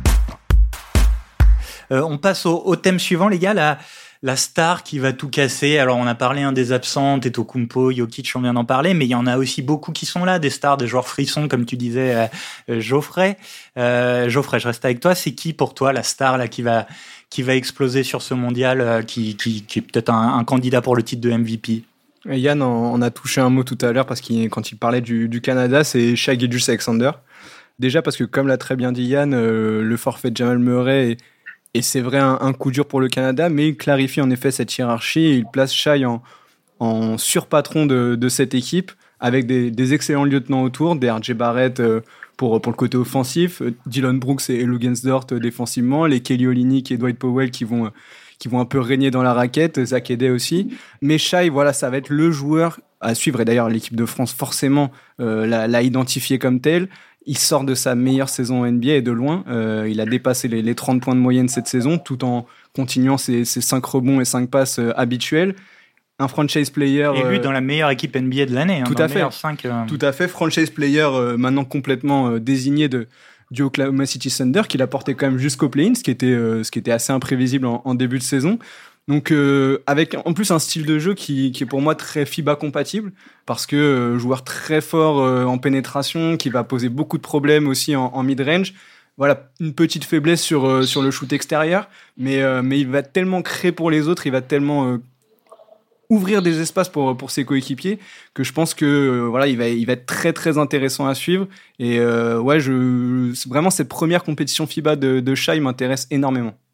Euh, on passe au, au thème suivant, les gars. La la star qui va tout casser. Alors on a parlé hein, des absents, Antetokounmpo, Jokic, on vient d'en parler, mais il y en a aussi beaucoup qui sont là, des stars, des joueurs frissons, comme tu disais, euh, Geoffrey. Euh, Geoffrey, je reste avec toi. C'est qui pour toi la star là qui va qui va exploser sur ce mondial, euh, qui, qui qui est peut-être un, un candidat pour le titre de M V P? Et Yann en, en a touché un mot tout à l'heure parce qu'il quand il parlait du, du Canada, c'est Shai Gilgeous-Alexander. Déjà parce que comme l'a très bien dit Yann, euh, le forfait de Jamal Murray est Et c'est vrai, un, un coup dur pour le Canada, mais il clarifie en effet cette hiérarchie et il place Shai en, en surpatron de, de cette équipe avec des, des excellents lieutenants autour, des R J Barrett euh, pour, pour le côté offensif, Dillon Brooks et Luguensdort euh, défensivement, les Kelly Olynyk et Dwight Powell qui vont, qui vont un peu régner dans la raquette, Zach Edey aussi. Mais Shai, voilà, ça va être le joueur à suivre. Et d'ailleurs, l'équipe de France, forcément, euh, l'a, l'a identifié comme tel. Il sort de sa meilleure saison N B A et de loin. Euh, il a dépassé les, les trente points de moyenne cette saison tout en continuant ses, ses cinq rebonds et cinq passes euh, habituels. Un franchise player. Et lui, euh, dans la meilleure équipe N B A de l'année. Hein, tout, dans à fait. cinq, euh... tout à fait. Franchise player euh, maintenant complètement euh, désigné de, du Oklahoma City Thunder, qu'il a porté quand même jusqu'au play-in, ce qui était, euh, ce qui était assez imprévisible en, en début de saison. Donc euh, avec en plus un style de jeu qui, qui est pour moi très FIBA compatible parce que euh, joueur très fort euh, en pénétration, qui va poser beaucoup de problèmes aussi en, en mid-range. Voilà, une petite faiblesse sur euh, sur le shoot extérieur, mais euh, mais il va tellement créer pour les autres, il va tellement euh, ouvrir des espaces pour pour ses coéquipiers que je pense que euh, voilà, il va il va être très très intéressant à suivre. Et euh, ouais, je vraiment cette première compétition FIBA de de Shai m'intéresse énormément.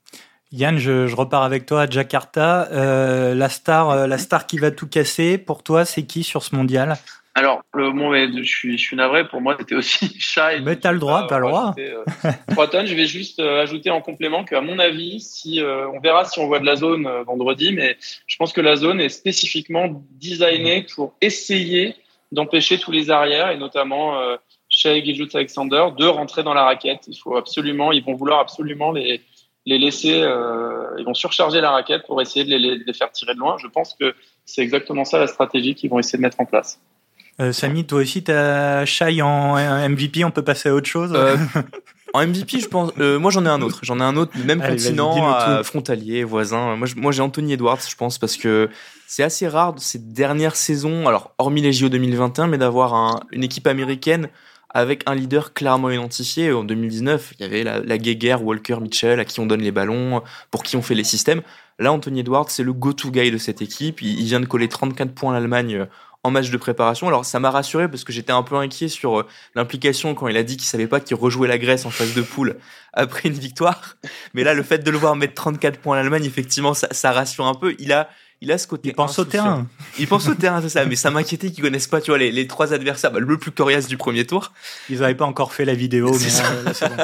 Yann, je, je repars avec toi à Jakarta. Euh, la star, euh, la star qui va tout casser, pour toi, c'est qui sur ce mondial ? Alors, le bon, mais je suis, je suis navré. Pour moi, c'était aussi Shai. Mais t'as le droit, t'as le droit. Euh, trois tonnes. Je vais juste euh, ajouter en complément qu'à mon avis, si euh, on verra si on voit de la zone euh, vendredi, mais je pense que la zone est spécifiquement designée pour essayer d'empêcher tous les arrières et notamment euh, Shai Gilgeous-Alexander de rentrer dans la raquette. Il faut absolument, ils vont vouloir absolument les les laisser, euh, ils vont surcharger la raquette pour essayer de les, de les faire tirer de loin. Je pense que c'est exactement ça la stratégie qu'ils vont essayer de mettre en place. Euh, Samy, toi aussi, t'as Shai en M V P, on peut passer à autre chose euh, En M V P, je pense. Euh, moi, j'en ai un autre. J'en ai un autre, même Allez, continent, à frontalier, voisin. Moi, je, moi, j'ai Anthony Edwards, je pense, parce que c'est assez rare de ces dernières saisons, alors hormis les J O deux mille vingt et un, mais d'avoir un, une équipe américaine avec un leader clairement identifié. En deux mille dix-neuf, il y avait la, la guéguerre Walker Mitchell, à qui on donne les ballons, pour qui on fait les systèmes. Là, Anthony Edwards, c'est le go-to guy de cette équipe. Il, il vient de coller trente-quatre points à l'Allemagne en match de préparation. Alors, ça m'a rassuré parce que j'étais un peu inquiet sur l'implication quand il a dit qu'il savait pas qu'il rejouait la Grèce en phase de poule après une victoire. Mais là, le fait de le voir mettre trente-quatre points à l'Allemagne, effectivement, ça, ça rassure un peu. Il a, il a ce côté. Il pense au terrain. Il pense au terrain, c'est ça. Mais ça m'inquiétait qu'ils connaissent pas, tu vois, les, les trois adversaires, bah, le plus coriace du premier tour. Ils avaient pas encore fait la vidéo, mais là, là, c'est bon.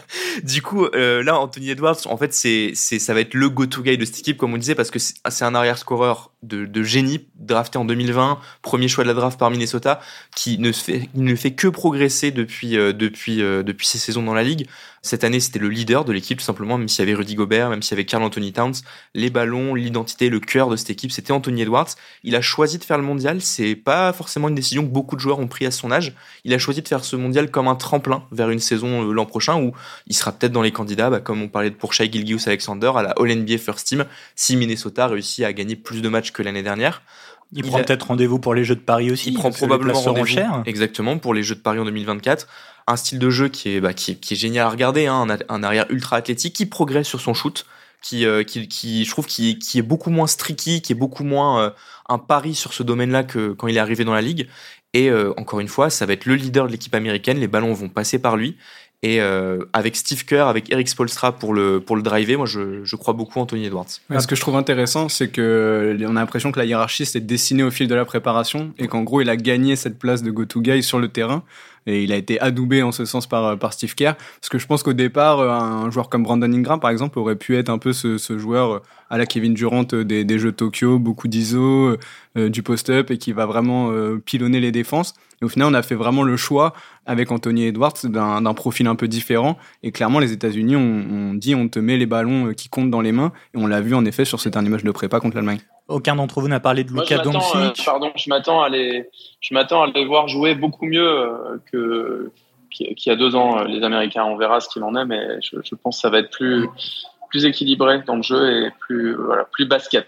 Du coup, euh, là, Anthony Edwards, en fait, c'est, c'est, ça va être le go-to guy de cette équipe, comme on disait, parce que c'est, c'est un arrière-scoreur de, de génie, drafté en deux mille vingt, premier choix de la draft par Minnesota, qui ne fait, ne fait que progresser depuis, euh, depuis, euh, depuis ses saisons dans la ligue. Cette année, c'était le leader de l'équipe, tout simplement, même s'il y avait Rudy Gobert, même s'il y avait Karl Anthony Towns, les ballons, l'identité, le cœur de cette équipe, c'était Anthony Edwards. Il a choisi de faire le mondial. C'est pas forcément une décision que beaucoup de joueurs ont pris à son âge. Il a choisi de faire ce mondial comme un tremplin vers une saison euh, l'an prochain où il sera peut-être dans les candidats, bah, comme on parlait pour Shai Gilgeous-Alexander, à la All-N B A First Team, si Minnesota réussit à gagner plus de matchs que l'année dernière. Il, il prend a... peut-être rendez-vous pour les Jeux de Paris aussi. Il prend probablement rendez-vous, cher. exactement, pour les Jeux de Paris en deux mille vingt-quatre. Un style de jeu qui est, bah, qui est, qui est génial à regarder, hein, un, un arrière ultra athlétique qui progresse sur son shoot, qui, euh, qui, qui je trouve, qui, qui est beaucoup moins streaky, qui est beaucoup moins euh, un pari sur ce domaine-là que quand il est arrivé dans la ligue. Et euh, encore une fois, ça va être le leader de l'équipe américaine. Les ballons vont passer par lui. Et euh, avec Steve Kerr, avec Eric Spoelstra pour le pour le driver, moi je je crois beaucoup Anthony Edwards. Ouais, ce que je trouve intéressant, c'est que on a l'impression que la hiérarchie s'est dessinée au fil de la préparation et qu'en gros il a gagné cette place de go-to guy sur le terrain. Et il a été adoubé en ce sens par par Steve Kerr, parce que je pense qu'au départ un joueur comme Brandon Ingram par exemple aurait pu être un peu ce, ce joueur à la Kevin Durant des, des jeux Tokyo, beaucoup d'I S O, euh, du post-up et qui va vraiment euh, pilonner les défenses. Et au final on a fait vraiment le choix avec Anthony Edwards d'un, d'un profil un peu différent. Et clairement les États-Unis ont, ont dit on te met les ballons qui comptent dans les mains, et on l'a vu en effet sur ce dernier match de prépa contre l'Allemagne. Aucun d'entre vous n'a parlé de Luka Doncic. Euh, pardon, je m'attends à les, je m'attends à les voir jouer beaucoup mieux euh, que qu'il y a deux ans euh, les Américains. On verra ce qu'il en est, mais je, je pense que ça va être plus plus équilibré dans le jeu et plus voilà plus basket.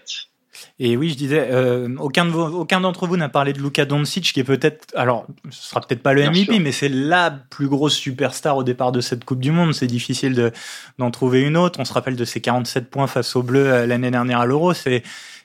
Et oui, je disais, euh, aucun, de vous, aucun d'entre vous n'a parlé de Luka Doncic, qui est peut-être, alors, ce sera peut-être pas le Bien M V P, sûr. Mais c'est la plus grosse superstar au départ de cette Coupe du Monde. C'est difficile de, d'en trouver une autre. On se rappelle de ses quarante-sept points face aux Bleus l'année dernière à l'Euro. C'est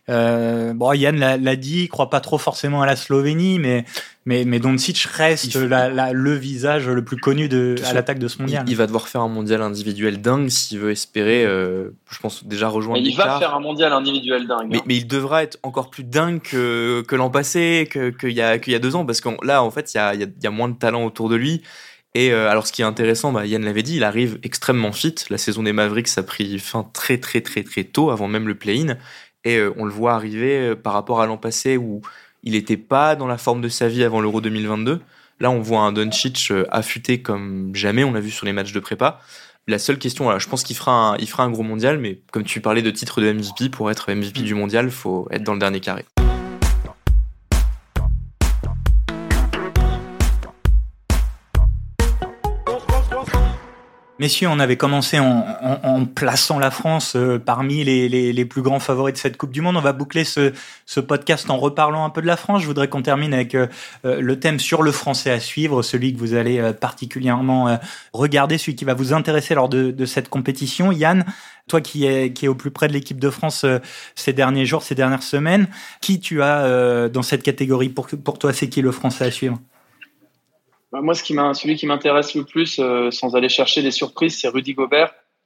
Euh, bon, Yann l'a, l'a dit, il croit pas trop forcément à la Slovénie, mais mais mais Doncic reste faut... la, la, le visage le plus connu de à l'attaque de ce mondial. Il, il va devoir faire un mondial individuel dingue s'il veut espérer, euh, je pense déjà rejoindre. Mais il va faire un mondial individuel dingue. Mais, hein. mais il devra être encore plus dingue que que l'an passé, que qu'il y a qu'il y a deux ans, parce que là en fait il y a il y a, il y a moins de talent autour de lui. Et euh, alors ce qui est intéressant, bah, Yann l'avait dit, il arrive extrêmement fit. La saison des Mavericks a pris fin très très très très tôt, avant même le play-in. Et euh, on le voit arriver euh, par rapport à l'an passé où il n'était pas dans la forme de sa vie avant l'Euro deux mille vingt-deux. Là, on voit un Doncic euh, affûté comme jamais, on l'a vu sur les matchs de prépa. La seule question, voilà, je pense qu'il fera un, il fera un gros mondial, mais comme tu parlais de titre de M V P, pour être M V P du mondial, il faut être dans le dernier carré. Messieurs, on avait commencé en, en, en plaçant la France euh, parmi les, les, les plus grands favoris de cette Coupe du Monde. On va boucler ce, ce podcast en reparlant un peu de la France. Je voudrais qu'on termine avec euh, le thème sur le français à suivre, celui que vous allez euh, particulièrement euh, regarder, celui qui va vous intéresser lors de, de cette compétition. Yann, toi qui es, qui est au plus près de l'équipe de France euh, ces derniers jours, ces dernières semaines, qui tu as euh, dans cette catégorie pour, pour toi, c'est qui le français à suivre ? Moi, ce qui m'a, celui qui m'intéresse le plus, euh, sans aller chercher des surprises, c'est Rudy Gobert.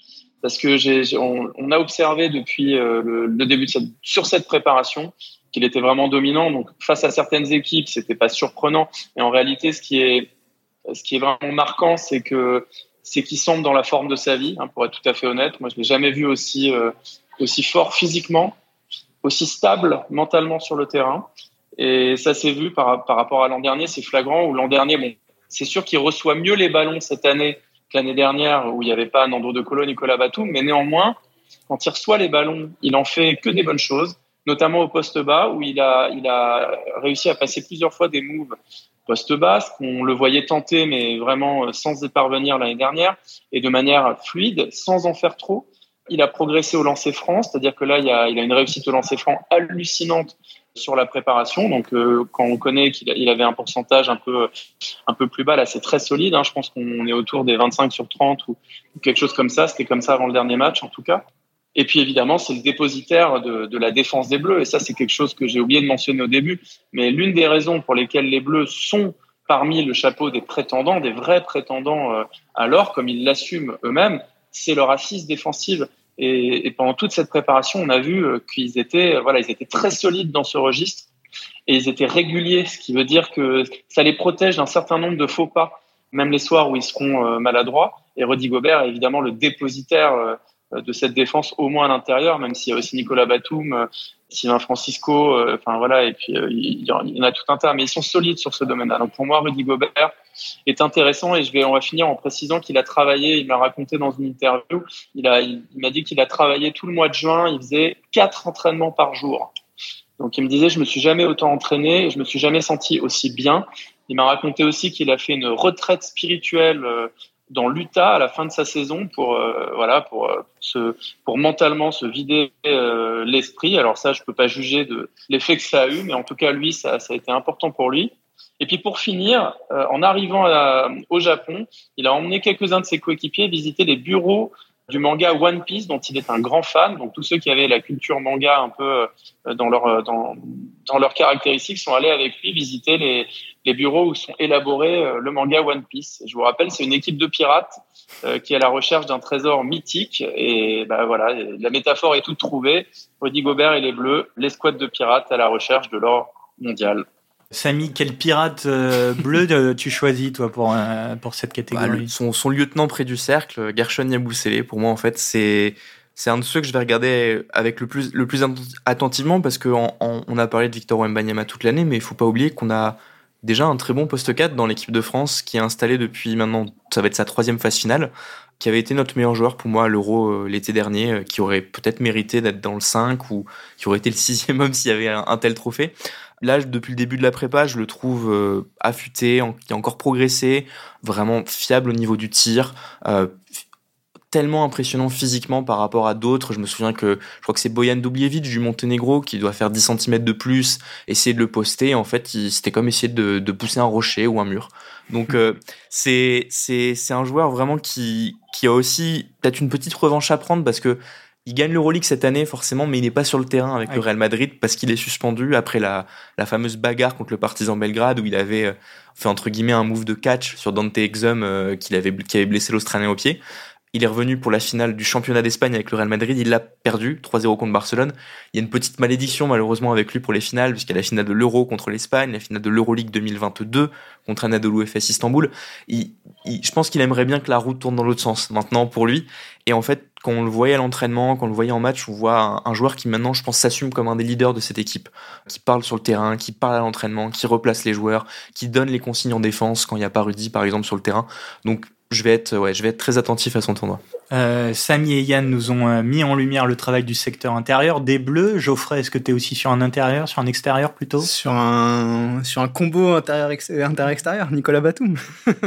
parce que j'ai, j'ai on, on a observé depuis euh, le, le début de cette, sur cette préparation qu'il était vraiment dominant. Donc face à certaines équipes, c'était pas surprenant. Et en réalité, ce qui est ce qui est vraiment marquant, c'est que c'est qu'il semble dans la forme de sa vie. Hein, pour être tout à fait honnête, moi je l'ai jamais vu aussi euh, aussi fort physiquement, aussi stable mentalement sur le terrain. Et ça s'est vu par par rapport à l'an dernier. C'est flagrant. Où l'an dernier, bon, c'est sûr qu'il reçoit mieux les ballons cette année que l'année dernière, où il n'y avait pas Nando De Colo, Nicolas Batum. Mais néanmoins, quand il reçoit les ballons, il en fait que des bonnes choses, notamment au poste bas, où il a, il a réussi à passer plusieurs fois des moves poste bas, qu'on le voyait tenter, mais vraiment sans y parvenir l'année dernière, et de manière fluide, sans en faire trop. Il a progressé au lancer franc, c'est-à-dire que là, il a, il a une réussite au lancer franc hallucinante sur la préparation. Donc, euh, quand on connaît qu'il a, il avait un pourcentage un peu, un peu plus bas, là, c'est très solide. Hein. Je pense qu'on est autour des vingt-cinq sur trente ou, ou quelque chose comme ça. C'était comme ça avant le dernier match, en tout cas. Et puis, évidemment, c'est le dépositaire de, de la défense des Bleus. Et ça, c'est quelque chose que j'ai oublié de mentionner au début. Mais l'une des raisons pour lesquelles les Bleus sont parmi le chapeau des prétendants, des vrais prétendants euh, à l'or, comme ils l'assument eux-mêmes, c'est leur assise défensive. Et, et pendant toute cette préparation, on a vu euh, qu'ils étaient, euh, voilà, ils étaient très solides dans ce registre et ils étaient réguliers, ce qui veut dire que ça les protège d'un certain nombre de faux pas, même les soirs où ils seront euh, maladroits. Et Rudy Gobert est évidemment le dépositaire euh, de cette défense, au moins à l'intérieur, même s'il y a aussi Nicolas Batum, euh, Sylvain Francisco, euh, enfin voilà, et puis euh, il y en a tout un tas, mais ils sont solides sur ce domaine-là. Donc pour moi, Rudy Gobert est intéressant et je vais, on va finir en précisant qu'il a travaillé, il m'a raconté dans une interview, il a, il, il m'a dit qu'il a travaillé tout le mois de juin, il faisait quatre entraînements par jour. Donc il me disait, je me suis jamais autant entraîné, je me suis jamais senti aussi bien. Il m'a raconté aussi qu'il a fait une retraite spirituelle euh, dans l'Utah à la fin de sa saison pour euh, voilà pour euh, se pour mentalement se vider euh, l'esprit. Alors ça, je peux pas juger de l'effet que ça a eu, mais en tout cas lui, ça ça a été important pour lui. Et puis pour finir, euh, en arrivant à, au Japon, il a emmené quelques-uns de ses coéquipiers visiter les bureaux du manga One Piece, dont il est un grand fan. Donc tous ceux qui avaient la culture manga un peu euh, dans leur dans dans leurs caractéristiques sont allés avec lui visiter les les bureaux où sont élaborés euh, le manga One Piece. Je vous rappelle, c'est une équipe de pirates euh, qui est à la recherche d'un trésor mythique. Et bah voilà, la métaphore est toute trouvée. Rudy Gobert et les Bleus, l'escouade de pirates à la recherche de l'or mondial. Samy, quel pirate euh, bleu euh, tu choisis toi pour euh, pour cette catégorie? Bah, le, son, son lieutenant près du cercle, Gershon Yabusele, pour moi en fait c'est c'est un de ceux que je vais regarder avec le plus le plus attentivement parce que en, en, on a parlé de Victor Wembanyama toute l'année, mais il faut pas oublier qu'on a déjà un très bon poste quatre dans l'équipe de France qui est installé depuis maintenant, ça va être sa troisième phase finale, qui avait été notre meilleur joueur pour moi à l'Euro euh, l'été dernier, euh, qui aurait peut-être mérité d'être dans le cinq ou qui aurait été le sixième homme s'il y avait un, un tel trophée. Là, depuis le début de la prépa, je le trouve euh, affûté, en, qui a encore progressé, vraiment fiable au niveau du tir, euh, tellement impressionnant physiquement par rapport à d'autres. Je me souviens que je crois que c'est Bojan Dubljevic du Monténégro qui doit faire dix centimètres de plus, essayer de le poster. En fait, il, c'était comme essayer de, de pousser un rocher ou un mur. Donc euh, c'est c'est c'est un joueur vraiment qui qui a aussi peut-être une petite revanche à prendre parce que il gagne l'Euroleague cette année forcément, mais il n'est pas sur le terrain avec okay. le Real Madrid parce qu'il est suspendu après la la fameuse bagarre contre le Partizan Belgrade où il avait fait entre guillemets un move de catch sur Dante Exum euh, qu'il avait qui avait blessé l'Australien au pied. Il est revenu pour la finale du championnat d'Espagne avec le Real Madrid. Il l'a perdu, trois zéro contre Barcelone. Il y a une petite malédiction, malheureusement, avec lui pour les finales, puisqu'il y a la finale de l'Euro contre l'Espagne, la finale de l'Euroleague deux mille vingt-deux contre Anadolu Efes Istanbul. Il, il, je pense qu'il aimerait bien que la roue tourne dans l'autre sens, maintenant, pour lui. Et en fait, quand on le voyait à l'entraînement, quand on le voyait en match, on voit un, un joueur qui, maintenant, je pense, s'assume comme un des leaders de cette équipe. Qui parle sur le terrain, qui parle à l'entraînement, qui replace les joueurs, qui donne les consignes en défense quand il n'y a pas Rudy, par exemple, sur le terrain. Donc, je vais être, ouais, je vais être très attentif à son tournoi. Euh, Samy et Yann nous ont euh, mis en lumière le travail du secteur intérieur des Bleus. Geoffrey, est-ce que tu es aussi sur un intérieur, sur un extérieur plutôt? Sur un, sur un combo intérieur-extérieur, Nicolas Batum.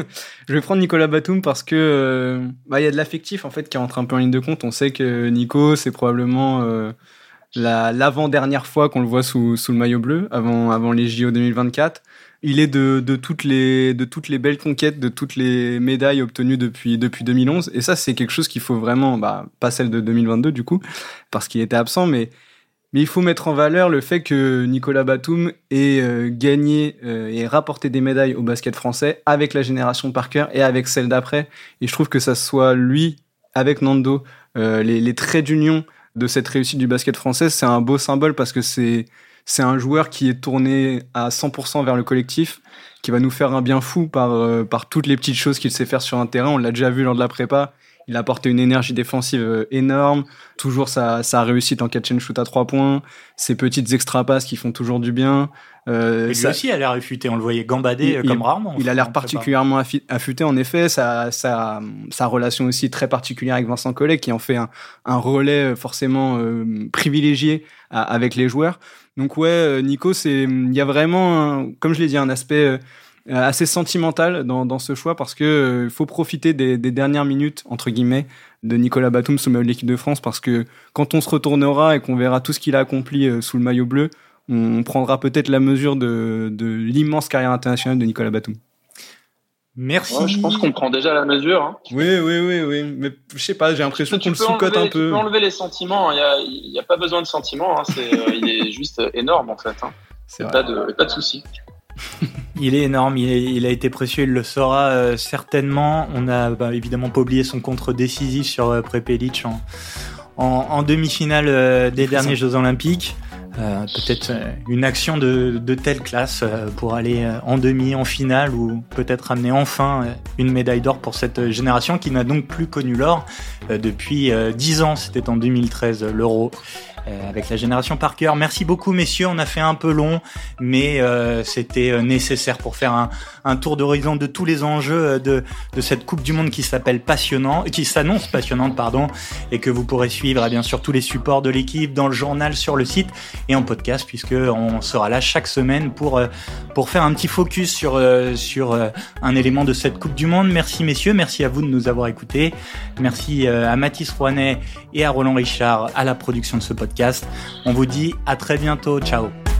Je vais prendre Nicolas Batum parce que euh, bah, y a de l'affectif en fait qui rentre un peu en ligne de compte. On sait que Nico, c'est probablement euh, la, l'avant-dernière fois qu'on le voit sous, sous le maillot bleu, avant, avant les J O deux mille vingt-quatre. Il est de, de, toutes les, de toutes les belles conquêtes, de toutes les médailles obtenues depuis, depuis deux mille onze. Et ça, c'est quelque chose qu'il faut vraiment, bah, pas celle de deux mille vingt-deux du coup, parce qu'il était absent, mais, mais il faut mettre en valeur le fait que Nicolas Batum ait euh, gagné euh, et rapporté des médailles au basket français avec la génération Parker et avec celle d'après. Et je trouve que ça soit lui, avec Nando, euh, les, les traits d'union de cette réussite du basket français, c'est un beau symbole parce que c'est, c'est un joueur qui est tourné à cent pour cent vers le collectif, qui va nous faire un bien fou par, euh, par toutes les petites choses qu'il sait faire sur un terrain. On l'a déjà vu lors de la prépa. Il a apporté une énergie défensive énorme, toujours sa, sa réussite en catch and shoot à trois points, ses petites extra passes qui font toujours du bien. Euh, lui ça, aussi a l'air affûté, on le voyait gambader il, comme il, rarement. Il a l'air particulièrement affi- affûté, en effet. Sa, sa, sa relation aussi très particulière avec Vincent Collet, qui en fait un, un relais forcément euh, privilégié à, avec les joueurs. Donc ouais, Nico, c'est, il y a vraiment, un, comme je l'ai dit, un aspect... Euh, assez sentimental dans, dans ce choix parce que euh, faut profiter des, des dernières minutes entre guillemets de Nicolas Batum sous le maillot de l'équipe de France, parce que quand on se retournera et qu'on verra tout ce qu'il a accompli euh, sous le maillot bleu, on, on prendra peut-être la mesure de, de l'immense carrière internationale de Nicolas Batum. Merci. Ouais, je pense qu'on prend déjà la mesure. Hein. Oui, oui, oui, oui. Mais je sais pas, j'ai l'impression qu'on le sous-cote un peu. Tu peux enlever les sentiments. Il n'y a, a pas besoin de sentiments. Hein. C'est, euh, il est juste énorme en fait. Hein. C'est vrai. Pas de, pas de souci. Il est énorme, il, est, il a été précieux, il le sera euh, certainement. On a bah, évidemment pas oublié son contre décisif sur euh, Prepelic en, en, en demi-finale euh, des derniers Jeux Olympiques. Euh, peut-être euh, une action de, de telle classe euh, pour aller euh, en demi, en finale, ou peut-être amener enfin euh, une médaille d'or pour cette génération qui n'a donc plus connu l'or euh, depuis euh, dix ans. C'était en deux mille treize, l'Euro. Avec la génération Parker. Merci beaucoup, messieurs. On a fait un peu long, mais euh, c'était nécessaire pour faire un, un tour d'horizon de tous les enjeux de, de cette Coupe du Monde qui s'appelle passionnant, qui s'annonce passionnante, pardon, et que vous pourrez suivre, et bien sûr, tous les supports de l'équipe, dans le journal, sur le site et en podcast, puisque on sera là chaque semaine pour pour faire un petit focus sur sur un élément de cette Coupe du Monde. Merci, messieurs. Merci à vous de nous avoir écoutés. Merci à Mathis Rouanet et à Roland Richard à la production de ce podcast. On vous dit à très bientôt. Ciao.